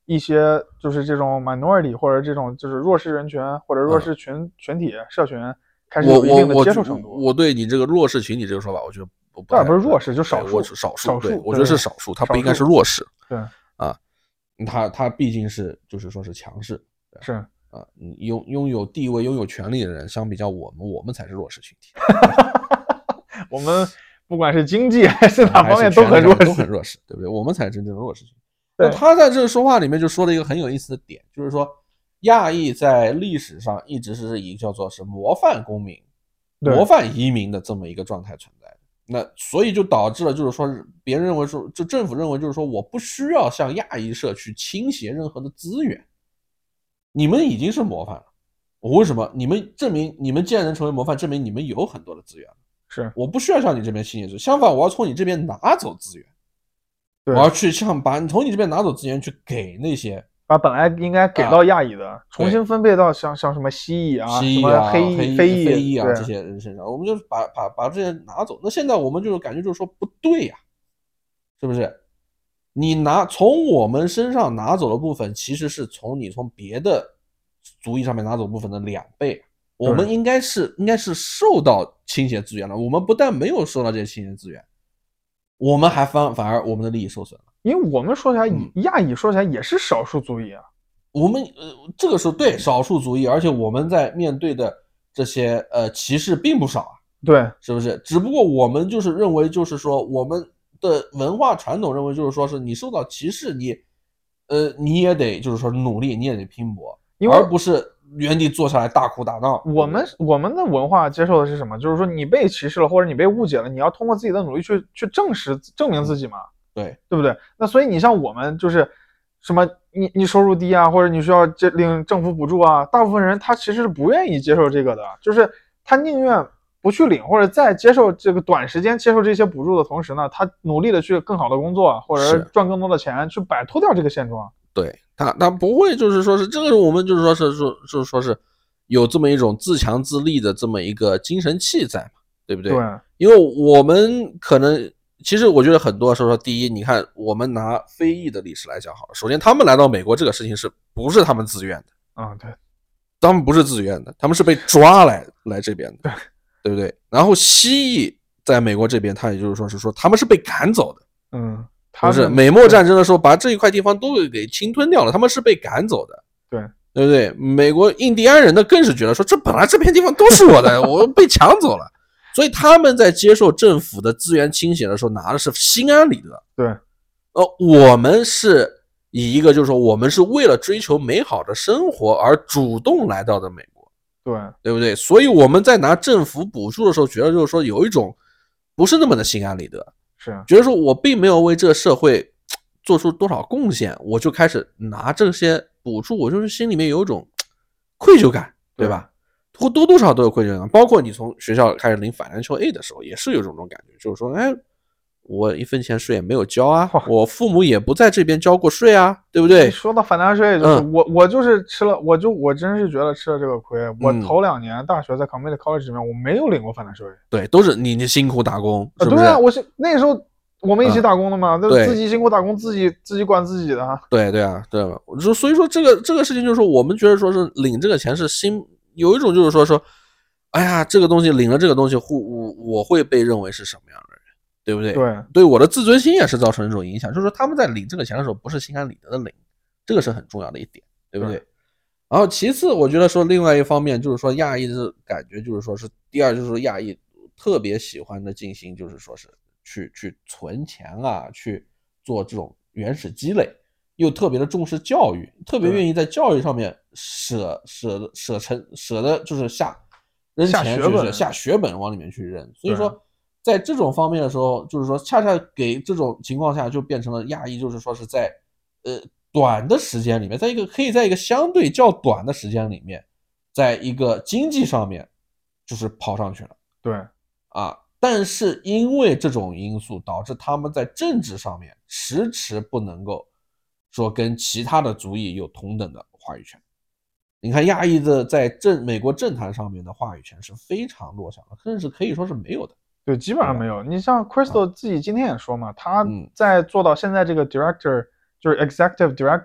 一些就是这种 minority 或者这种就是弱势人群或者弱势群体社群开始有一定的接受程度。 我对你这个弱势群体这个说法，我觉得倒不是弱势，就少数， 少数， 对， 我觉得是少数，他不应该是弱势。 对啊，他毕竟是就是说是强势， 是啊，拥有地位、拥有权利的人，相比较我们才是弱势群体。 我们不管是经济还是哪方面都很弱势，对不对？我们才是真正的弱势群体。那他在这个说话里面就说了一个很有意思的点，就是说亚裔在历史上一直是以叫做是模范公民、模范移民的这么一个状态存在的。那所以就导致了，就是说别人认为说，就政府认为就是说，我不需要向亚裔社区倾斜任何的资源，你们已经是模范了。我为什么？你们证明你们既然能成为模范，证明你们有很多的资源。 是， 我不需要向你这边倾斜，相反，我要从你这边拿走资源。我要去把从你这边拿走资源，去给那些把本来应该给到亚裔的，重新分配到像什么西裔啊、什么非裔啊这些人身上，我们就把这些拿走。那现在我们就感觉就是说不对呀，是不是？你从我们身上拿走的部分，其实是从别的族裔上面拿走部分的2倍。我们应该是受到倾斜资源了。我们不但没有受到这些倾斜资源，我们还反而我们的利益受损了。 因为我们说起来，亚裔说起来也是少数族裔啊。 我们这个时候对少数族裔，而且我们在面对的这些歧视并不少啊。 对， 是不是？只不过我们就是认为，就是说我们的文化传统认为，就是说是你受到歧视，你也得就是说努力，你也得拼搏，而不是原地坐下来大哭大闹。 我们的文化接受的是什么？就是说你被歧视了，或者你被误解了，你要通过自己的努力去证明自己嘛。 对不对？那所以你像我们就是什么你收入低啊，或者你需要领政府补助啊，大部分人他其实是不愿意接受这个的，就是他宁愿不去领，或者在接受这个短时间接受这些补助的同时呢，他努力的去更好的工作，或者是赚更多的钱，去摆脱掉这个现状。 对，他不会就是说是这个，我们就是说是有这么一种自强自立的这么一个精神气在嘛，对不对？ 对， 因为我们可能其实我觉得很多时候，第一，你看我们拿非裔的历史来讲好了，首先他们来到美国这个事情是不是他们自愿的？ 对， 他们不是自愿的，他们是被抓来这边的，对不对？然后西裔在美国这边，他也就是说是说他们是被赶走的，不是美墨战争的时候把这一块地方都给侵吞掉了，他们是被赶走的，对不对？美国印第安人呢更是觉得说这本来这片地方都是我的，我被抢走了。所以他们在接受政府的资源倾斜的时候，拿的是心安理得。 对， 我们是以一个就是说，我们是为了追求美好的生活而主动来到的美国，对不对？所以我们在拿政府补助的时候，觉得就是说有一种不是那么的心安理得， 是觉得说我并没有为这个社会做出多少贡献，我就开始拿这些补助，我就是心里面有一种愧疚感，对吧？多少都有愧疚感，包括你从学校开始领 financial aid 的时候，也是有这种感觉，就是说，哎，我1分钱税也没有交啊，我父母也不在这边交过税啊，对不对？ 说到 financial aid，就是我就是吃了，我真是觉得吃了这个亏。我头2年大学在 community college 里面，我没有领过 financial aid。 对，都是你辛苦打工，是不是？ 对啊，那时候我们一起打工的嘛，自己辛苦打工，自己管自己的哈。 对啊，对吧？所以说这个事情就是说，我们觉得说是领这个钱是有一种就是说，哎呀，这个东西领了这个东西，我会被认为是什么样的人，对不对？对我的自尊心也是造成一种影响，就是说他们在领这个钱的时候不是心安理得的领，这个是很重要的一点，对不对？然后其次，我觉得说另外一方面就是说亚裔的感觉就是说是第二就是说亚裔特别喜欢的进行就是说是去存钱啊，去做这种原始积累。又特别的重视教育，特别愿意在教育上面舍的就是扔钱，就是下血本往里面去扔。所以说在这种方面的时候，就是说恰恰给这种情况下就变成了亚裔，就是说是在短的时间里面，可以在一个相对较短的时间里面，在一个经济上面就是跑上去了。 对啊，但是因为这种因素导致他们在政治上面迟迟不能够说跟其他的族裔有同等的话语权。你看亚裔的在美国政坛上面的话语权是非常弱小的，甚至可以说是没有的。 对，基本上没有。你像 Crystal 自己今天也说嘛，他在做到现在这个 director 就是 executive director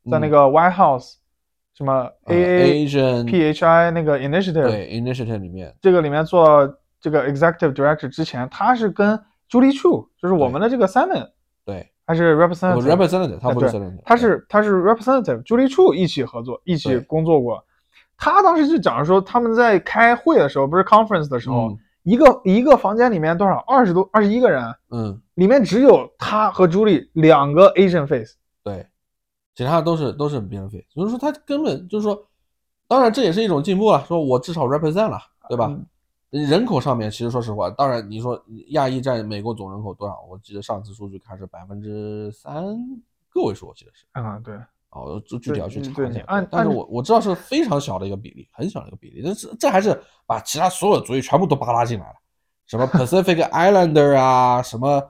在那个 White House 什么 Asian PHI 那个 Initiative 对 Initiative 里面， 这个里面做这个 Executive Director 之前，他是跟 Julie Chu 就是我们的这个 Senate 对还是 Representative， 他不是 Senator， 他是 Representative Julie Chu 一起合作一起工作过。他当时就讲说他们在开会的时候，不是 conference 的时候，一个房间里面多少21个人，里面只有他和 Julie 2个 Asian face， 对，其他都是别人 face， 就是说他根本就是说，当然这也是一种进步了，说我至少 represent 了，对吧？人口上面其实说实话，当然你说亚裔占美国总人口多少？我记得上次数据看是3%个位数，我记得是。 对。 具体要去查一下，但是我知道是非常小的一个比例，很小的一个比例，但是这还是把其他所有族裔全部都扒拉进来了，什么 Pacific Islander 啊，什么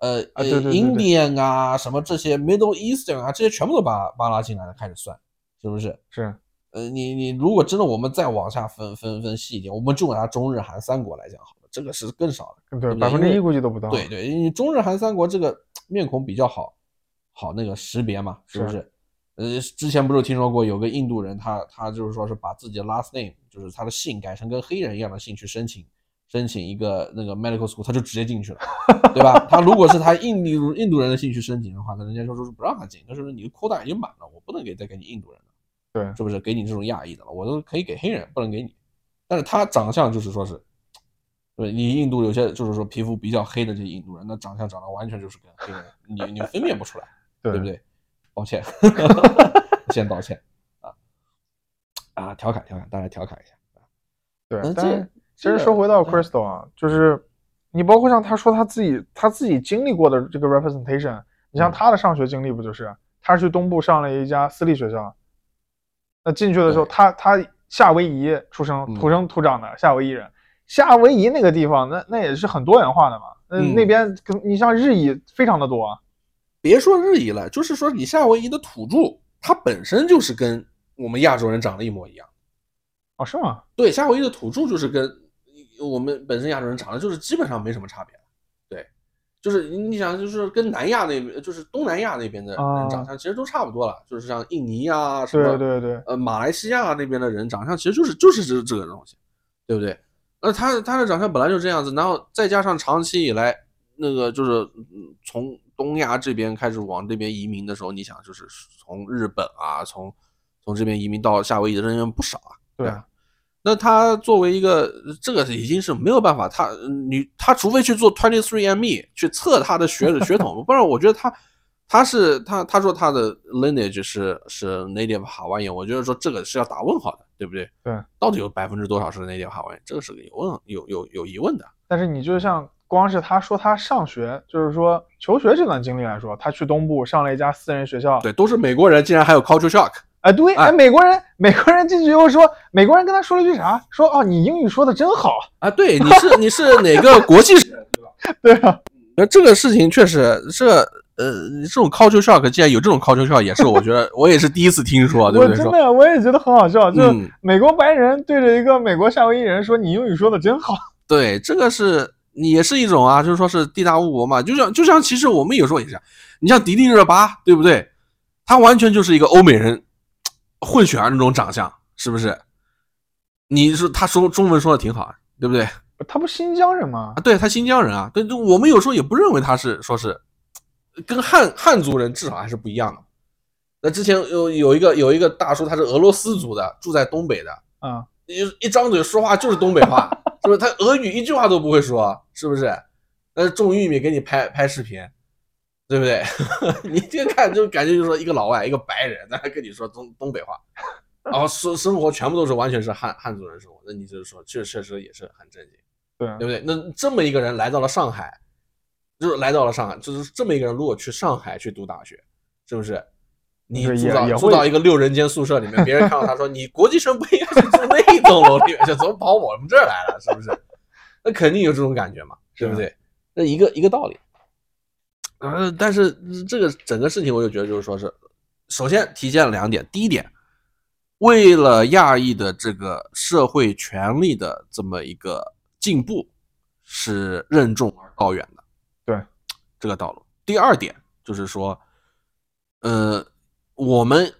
Indian 啊，什么这些 Middle Eastern 啊，这些全部都扒拉进来了，开始算，是不是？ 是。 你如果真的我们再往下分细一点，我们就拿中日韩3国来讲好了，这个是更少的， 对，1%估计都不到。 对，你中日韩3国这个面孔比较好那个识别嘛，是不是？之前不是听说过有个印度人，他就是说是把自己的 last name， 就是他的姓改成跟黑人一样的姓去申请一个那个 medical school， 他就直接进去了，对吧？他如果是他印度人的姓去申请的话，那人家说是不让他进，他说你的 quota 已经满了，我不能再给你印度人了， 对， 是不是？给你这种亚裔的了，我都可以给黑人，不能给你。但是他长相就是说是，对，你印度有些就是说皮肤比较黑的这些印度人，那长相长得完全就是跟黑人，你分辨不出来，对不对？抱歉，先道歉调侃，大家调侃一下。 对，但是其实说回到 Crystal 啊，就是你包括像他说他自己经历过的这个 representation， 你像他的上学经历不就是他去东部上了一家私立学校，那进去的时候他夏威夷出生土生土长的夏威夷人，夏威夷那个地方那也是很多元化的嘛，那边你像日裔非常的多啊。 别说日裔了，就是说你夏威夷的土著，它本身就是跟我们亚洲人长得一模一样。 是吗？ 对，夏威夷的土著就是跟我们本身亚洲人长得就是基本上没什么差别。对，就是你想，就是跟南亚那边，就是东南亚那边的人长相其实都差不多了，就是像印尼啊，什么对， 马来西亚那边的人长相其实就是这个东西，对不对？他的长相本来就这样子，然后再加上长期以来那个就是从东亚这边开始往这边移民的时候，你想就是从日本啊，从这边移民到夏威夷的人员不少啊。 对， 那他作为一个这个已经是没有办法，他除非去做 23andMe 去测他的血统，不然我觉得他说他的 lineage 是 native Hawaiian， 我觉得说这个是要打问号的，对不对？ 对， 到底有多少是 native Hawaiian， 这个是有疑问的。 但是你就像光是他说他上学，就是说求学这段经历来说，他去东部上了一家私人学校， 对，都是美国人，竟然还有 culture shock。 对，美国人进去以后说，美国人跟他说了一句啥？说你英语说的真好啊！对，你是哪个国际生？ 对啊， 这个事情确实这种 culture shock， 既然有这种 culture shock， 也是我觉得我也是第一次听说，对不对？ 真的我也觉得很好笑，就是美国白人对着一个美国夏威夷人说你英语说的真好。 对，这个是也是一种啊，就是说是地大物博嘛，就像其实我们有时候也是，你像迪丽热巴，对不对？他完全就是一个欧美人混血儿那种长相，是不是？你说他说中文说的挺好，对不对？ 他不新疆人吗？ 对，他新疆人啊。对，我们有时候也不认为他是说是跟汉族人至少还是不一样的。那之前有一个大叔，他是俄罗斯族的，住在东北的，一张嘴说话就是东北话，是不是？他俄语一句话都不会说，是不是？种玉米给你拍视频，对不对？你这看就感觉就是说一个老外，一个白人，在那跟你说东北话，然后生活全部都是完全是汉族人生活，那你就是说确实也是很震惊，对不对？那这么一个人来到了上海，就是这么一个人如果去上海去读大学，是不是？你住到一个6人间宿舍里面，别人看到他说你国际生不应该去住那一栋楼里面，就怎么跑我们这儿来了，是不是？那肯定有这种感觉嘛，对不对？那一个道理。但是这个整个事情我就觉得就是说是，首先体现了2点，第一点，为了亚裔的这个社会权利的这么一个进步是任重而道远的， 对这个道路。第二点就是说我们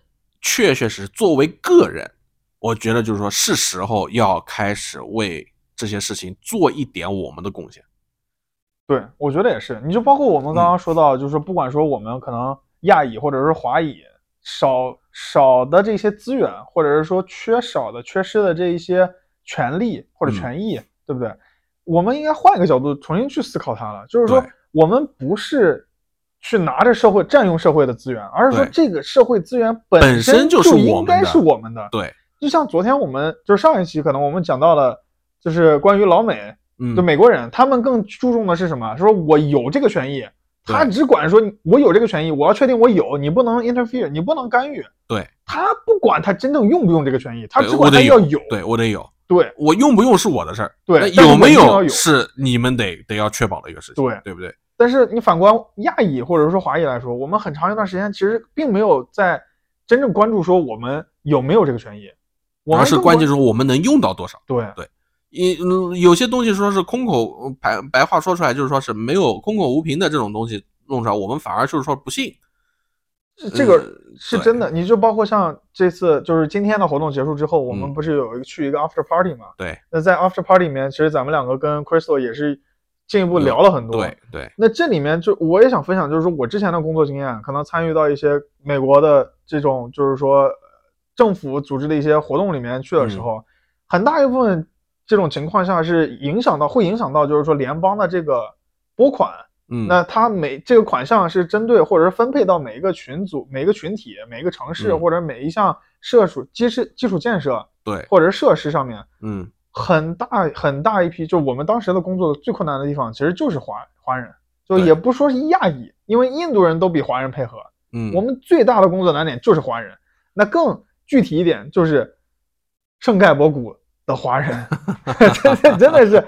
确实作为个人，我觉得就是说是时候要开始为这些事情做一点我们的贡献。 对，我觉得也是。你就包括我们刚刚说到，就是说不管说我们可能亚裔或者是华裔少的这些资源，或者是说缺失的这一些权利或者权益，对不对？我们应该换一个角度重新去思考它了，就是说我们不是去拿着占用社会的资源，而是说这个社会资源本身就应该是我们的。 对， 就像昨天我们就是上一期可能我们讲到的，就是关于老美。就美国人，他们更注重的是什么？说我有这个权益，他只管说我有这个权益，我要确定我有，你不能 interfere， 你不能干预。 对， 他不管他真正用不用这个权益，他只管他要有。 对，我得有。 对， 我用不用是我的事儿。 对， 有没有是你们得要确保的一个事情。 对， 对不对？ 但是你反观亚裔或者说华裔来说，我们很长一段时间其实并没有在真正关注说我们有没有这个权益， 而是关键是我们能用到多少。 对。 有些东西说是空口白话说出来，就是说是没有空口无凭的这种东西弄出来，我们反而就是说不信。 这个是真的。你就包括像这次就是今天的活动结束之后，我们不是去一个 after party 嘛？ 对。 那在 after party 里面，其实咱们两个跟 Crystal 也是进一步聊了很多。 对。 那这里面就我也想分享，就是说我之前的工作经验，可能参与到一些美国的这种就是说政府组织的一些活动里面去的时候，很大一部分这种情况下是会影响到就是说联邦的这个拨款。那它这个款项是针对或者是分配到每一个群组、每一个群体、每一个城市或者每一项基础建设， 对， 或者是设施上面，很大一批，就我们当时的工作最困难的地方，其实就是华人，就也不说是亚裔，因为印度人都比华人配合。我们最大的工作难点就是华人。那更具体一点，就是圣盖博谷的华人，真的是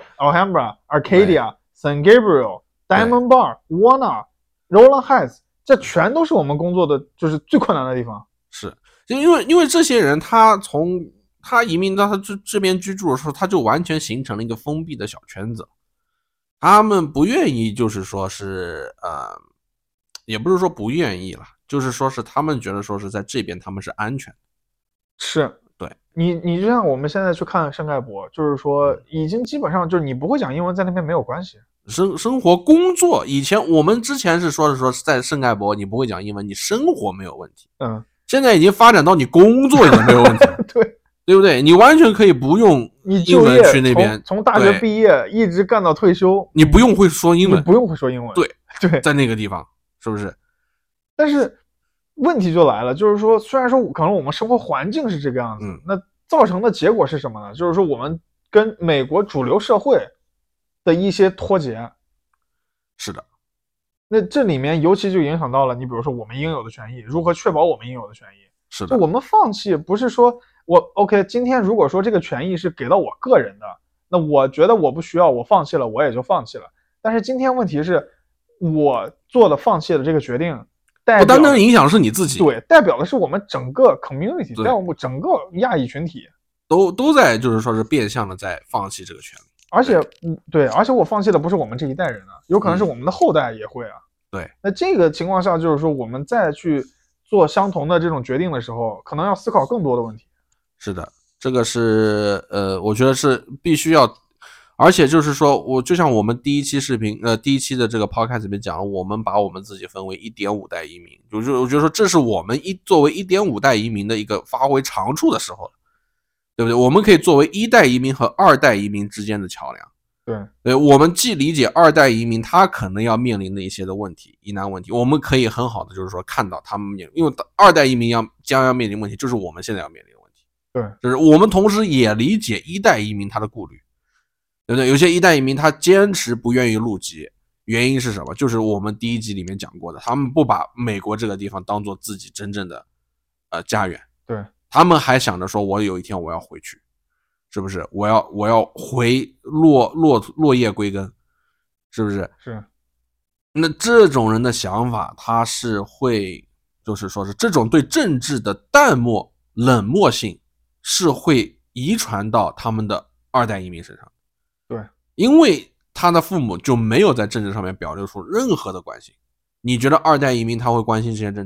Alhambra、Arcadia、San Gabriel、Diamond Bar、Warner、Rowland Heights， 这全都是我们工作的就是最困难的地方。 是，因为这些人他移民到他这边居住的时候，他就完全形成了一个封闭的小圈子，他们不愿意，就是说是也不是说不愿意了，就是说是他们觉得说是在这边他们是安全的。 是， 对， 你就像我们现在去看圣盖博，就是说已经基本上就是你不会讲英文，在那边没有关系。 生活工作，我们之前是说在圣盖博你不会讲英文，你生活没有问题。现在已经发展到你工作已经没有问题。对不对？你完全可以不用英文去那边， 从大学毕业一直干到退休， 你不用会说英文， 你不用会说英文。对， 在那个地方是不是？ 但是问题就来了，就是说虽然说可能我们生活环境是这个样子，那造成的结果是什么呢？就是说我们跟美国主流社会的一些脱节。 是的。 那这里面尤其就影响到了你比如说我们应有的权益，如何确保我们应有的权益。 是的。 就我们放弃不是说我 OK， 今天如果说这个权益是给到我个人的，那我觉得我不需要，我放弃了，我也就放弃了。但是今天问题是我做了放弃的这个决定， 不单单影响是你自己， 对，代表的是我们整个 community， 代表我们整个亚裔群体都在就是说是变相的在放弃这个权利。 而且而且我放弃的不是我们这一代人啊，有可能是我们的后代也会啊。 对， 那这个情况下就是说我们再去做相同的这种决定的时候，可能要思考更多的问题。 是的，这个是我觉得是必须要，而且就是说我就像我们第一期的这个 podcast 里面讲，我们把我们自己分为 1.5 代移民，我觉得说这是我们作为 1.5 代移民的一个发挥长处的时候，对不对？我们可以作为1代移民和2代移民之间的桥梁。对，我们既理解2代移民他可能要面临的一些的问题，疑难问题，我们可以很好的就是说看到他们因为2代移民将要面临问题，就是我们现在要面临的问题。 对， 就是我们同时也理解1代移民他的顾虑，对不对？有些1代移民他坚持不愿意入籍，原因是什么？就是我们第一集里面讲过的，他们不把美国这个地方当做自己真正的家园。 对， 他们还想着说我有一天我要回去，是不是？我要回落叶归根，是不是？ 是。 那这种人的想法，他是会就是说是这种对政治的淡漠冷漠性是会遗传到他们的2代移民身上。 对， 因为他的父母就没有在政治上面表露出任何的关心。你觉得2代移民他会关心这些政治吗？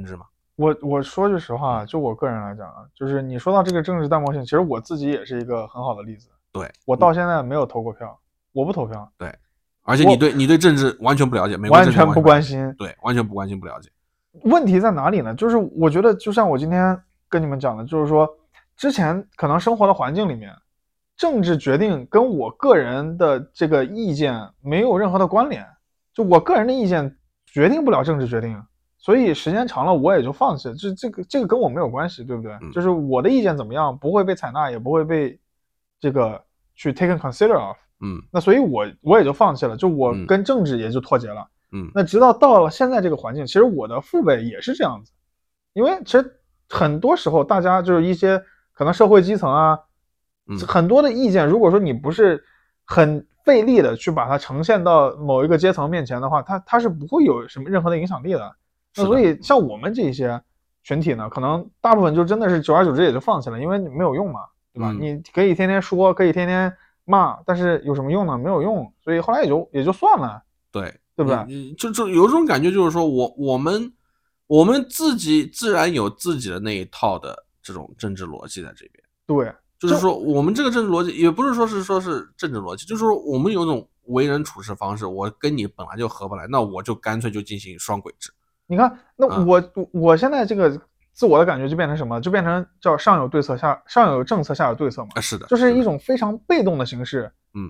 我说句实话，就我个人来讲啊，就是你说到这个政治淡漠性，其实我自己也是一个很好的例子。 对， 我到现在没有投过票，我不投票。 对，而且你对政治完全不了解，美国完全不关心。 对，完全不关心不了解。 问题在哪里呢？就是我觉得，就像我今天跟你们讲的，就是说，之前可能生活的环境里面，政治决定跟我个人的这个意见没有任何的关联，就我个人的意见决定不了政治决定，所以时间长了我也就放弃了，这个跟我没有关系，对不对？就是我的意见怎么样不会被采纳，也不会被这个去 taken consider of。那所以我也就放弃了，就我跟政治也就脱节了。那直到到了现在这个环境，其实我的父辈也是这样子，因为其实很多时候大家就是一些可能社会基层啊，很多的意见，如果说你不是很费力的去把它呈现到某一个阶层面前的话，它是不会有什么任何的影响力的。那所以像我们这些群体呢，可能大部分就真的是久而久之也就放弃了，因为没有用嘛，对吧？你可以天天说，可以天天骂，但是有什么用呢？没有用，所以后来也就算了。 对， 对不对？ 就有种感觉，就是说我们自己自然有自己的那一套的这种政治逻辑在这边。 对， 就是说我们这个政治逻辑也不是说是政治逻辑，就是说我们有种为人处事方式，我跟你本来就合不来，那我就干脆就进行双轨制。 你看，那我现在这个自我的感觉就变成什么？就变成叫上有对策上有政策，下有对策嘛。 是的， 就是一种非常被动的形式。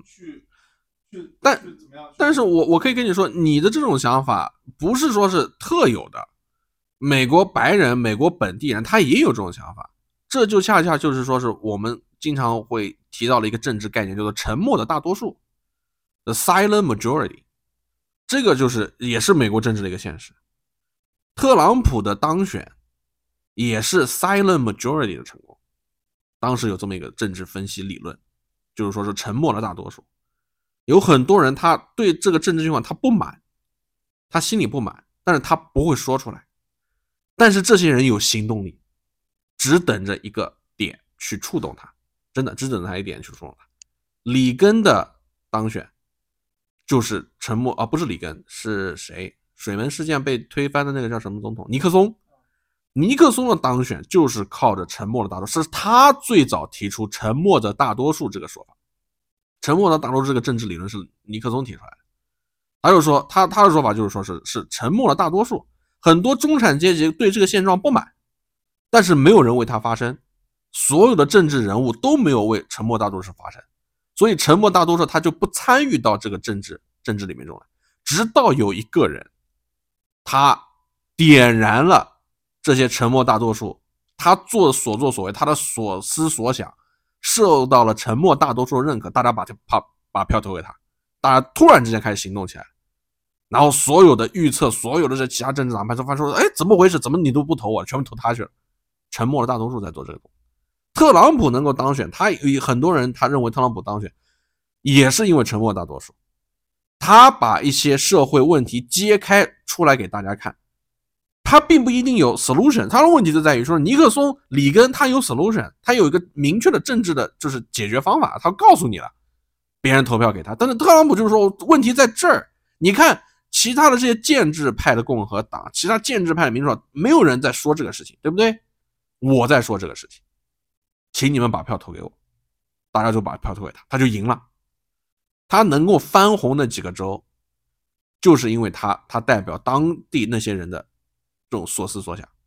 但是我可以跟你说，你的这种想法不是说是特有的，美国白人、美国本地人他也有这种想法，这就恰恰就是说是我们经常会提到的一个政治概念，叫做沉默的大多数 ，the silent majority。这个就是也是美国政治的一个现实。特朗普的当选也是 silent majority 的成功。当时有这么一个政治分析理论，就是说是沉默的大多数。有很多人他对这个政治情况他不满，他心里不满，但是他不会说出来。但是这些人有行动力，只等着一个点去触动他，真的只等着他一点去触动他。里根的当选就是沉默不是里根，是谁？水门事件被推翻的那个叫什么总统？尼克松。尼克松的当选就是靠着沉默的大多数，是他最早提出沉默的大多数这个说法。沉默的大多数这个政治理论是尼克松提出来的。他就说他的说法就是说是沉默的大多数，很多中产阶级对这个现状不满，但是没有人为他发声，所有的政治人物都没有为沉默大多数发声，所以沉默大多数他就不参与到这个政治里面中来。直到有一个人他点燃了这些沉默大多数，他做所作所为，他的所思所想受到了沉默大多数的认可，大家把票投给他，大家突然之间开始行动起来，然后所有的预测，所有的这其他政治党派都发现说，哎，怎么回事？怎么你都不投我，全部投他去了？沉默的大多数在做这个东西。特朗普能够当选，他很多人他认为特朗普当选也是因为沉默大多数，他把一些社会问题揭开出来给大家看。他并不一定有 solution， 他的问题就在于说尼克松、里根他有 solution， 他有一个明确的政治的就是解决方法，他告诉你了，别人投票给他。但是特朗普就是说问题在这儿，你看其他的这些建制派的共和党，其他建制派的民主党，没有人在说这个事情，对不对？我在说这个事情，请你们把票投给我，大家就把票投给他，他就赢了。他能够翻红那几个州，就是因为他代表当地那些人的这种所思所想，